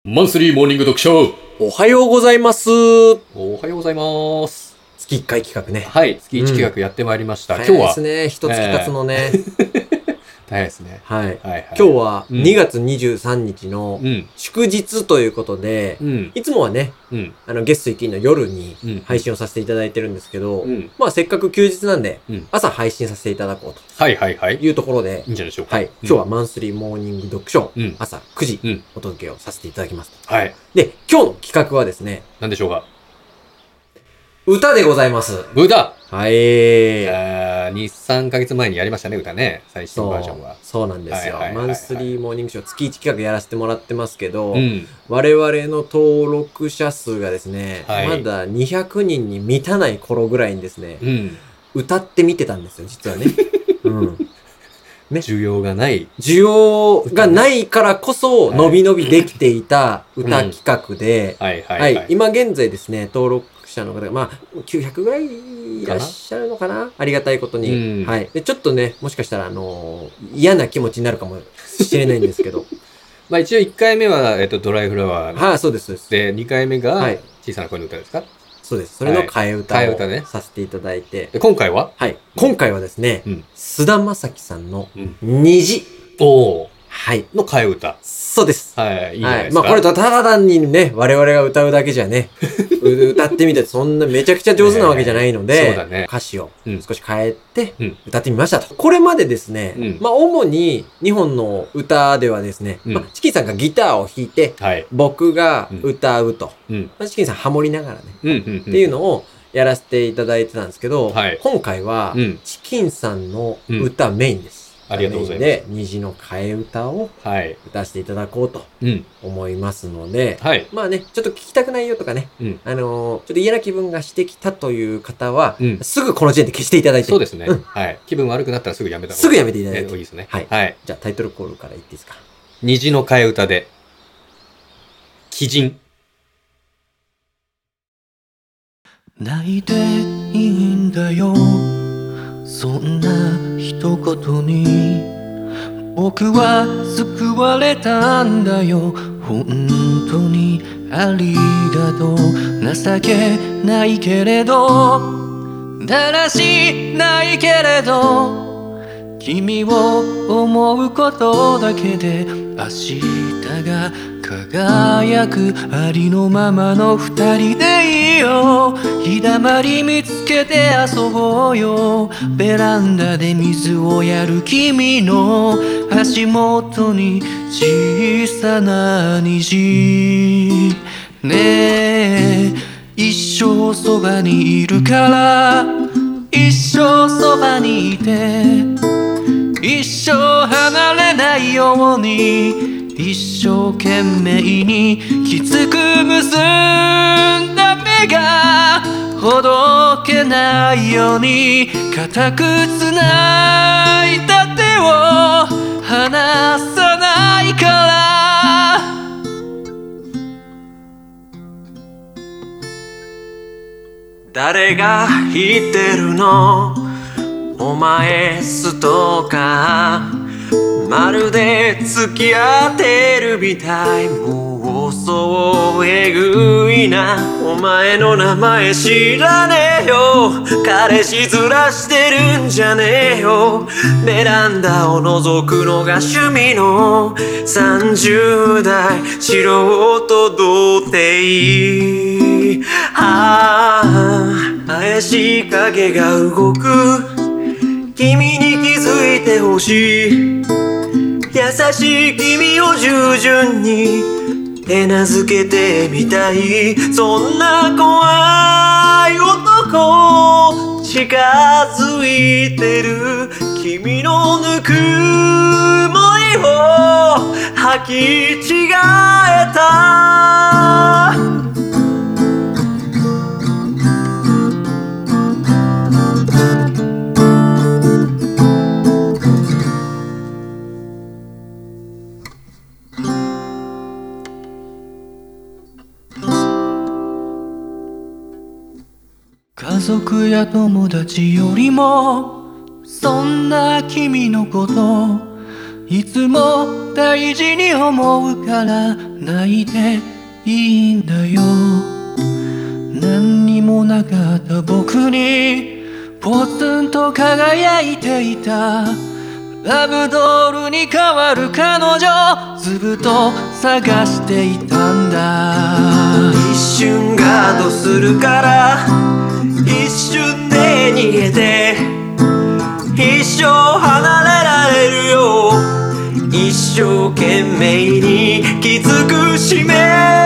マンスリーモーニング読書。 おはようございます。 おはようございます。 月1回企画ね。 はい、月1企画やってまいりました。今日は早いですね。一月経つのね。 大変ですね。 はい。 はいはい。 今日は2月23日のうん祝日ということで、 うんいつもはね、 うん月水金の夜にうん配信をさせていただいてるんですけど、 うんまあせっかく休日なんで、 うん。 朝配信させていただこうはいはいはい。 というところでいい、んじゃないでしょうか。 はい。今日はマンスリーモーニング読書、 うん朝9時うんお届けをさせていただきます。 はい。 で、今日の企画はですね、 なんでしょうか。 歌でございます。 歌。 はい。 2、3ヶ月前にやりましたね、歌ね。最新バージョンは。 そうなんですよ。 はいはいはいはいマンスリーモーニングショー月1企画やらせてもらってますけど、 うん。 我々の登録者数がですね、 はいまだ200人に満たない頃ぐらいにですね、 うん。 歌ってみてたんですよ、実はね。うん。ね需要がない。 需要がないからこそ、伸び伸びできていた歌企画で、 はいはいははいい。 今現在ですね、登録者の方が、まあ、900ぐらいいらっしゃるのかなありがたいことに。 うんはい。で、ちょっとね、もしかしたら、嫌な気持ちになるかもしれないんですけど。 まあ一応1回目は、ドライフラワーはい、そうです、そうです。 で、2回目がはい、 小さな声の歌ですか。 そうです。それの替え歌替え歌ねをさせていただいて。 で、今回ははい。今回はですね、 うん菅田将暉さんのうん。 虹。 おー。 はい。 の替え歌。 そうです。 はい、いいじゃなはいい。 ですか。 まあこれとただ単にね、我々が歌うだけじゃね、歌ってみてそんなめちゃくちゃ上手なわけじゃないので、 そうだね歌詞をうん少し変えてうん歌ってみましたと。これまでですね、 うんまあ主に日本の歌ではですね、 うんまあチキンさんがギターを弾いて、 はい。 僕が歌うと。 うん。 まあチキンさんハモりながらね、 うん、うん。 っていうのをやらせていただいてたんですけど、 はい今回はうんチキンさんの歌メインです。 ありがとうございますメインで虹の替え歌をはい。 歌わせていただこうとうん。 思いますので、 はい。 まあね、ちょっと聞きたくないよとかね、 うん。 ちょっと嫌な気分がしてきたという方は、 うんすぐこの時点で消していただいて、 そうですね。 うんはい。気分悪くなったらすぐやめた方がすぐやめていただいていいですね。 はいはい。 じゃあタイトルコールから言っていいですか。 虹の替え歌で、鬼人。 泣いていいんだよ、そんな一言に僕は救われたんだよ。本当にありがとう。情けないけれど、だらしないけれど、君を思うことだけで明日が輝く。ありのままの二人でいいよ。日だまり見つけて遊ぼうよ。ベランダで水をやる君の足元に小さな虹。ねえ、一生そばにいるから、一生そばにいて、一生離れないように一生懸命にきつく結んだ目がほどけないように固くつないだ手を離さないから。 誰が言ってるの？お前ストーカー。まるで付き合ってるみたい。もうそうえぐいな。お前の名前知らねえよ。彼氏ずらしてるんじゃねえよ。ベランダを覗くのが趣味の30代素人童貞。怪しい影が動く。君に気づいてほしい。優しい君を従順に手なずけてみたい。そんな怖い男近づいてる。君のぬくもりを履き違えた。 家族や友達よりもそんな君のこといつも大事に思うから泣いていいんだよ。何にもなかった僕にポツンと輝いていたラブドールに変わる彼女、ずっと探していたんだ。 一瞬ガードするから一瞬で逃げて一生離れられるよ。一生懸命にきつく締め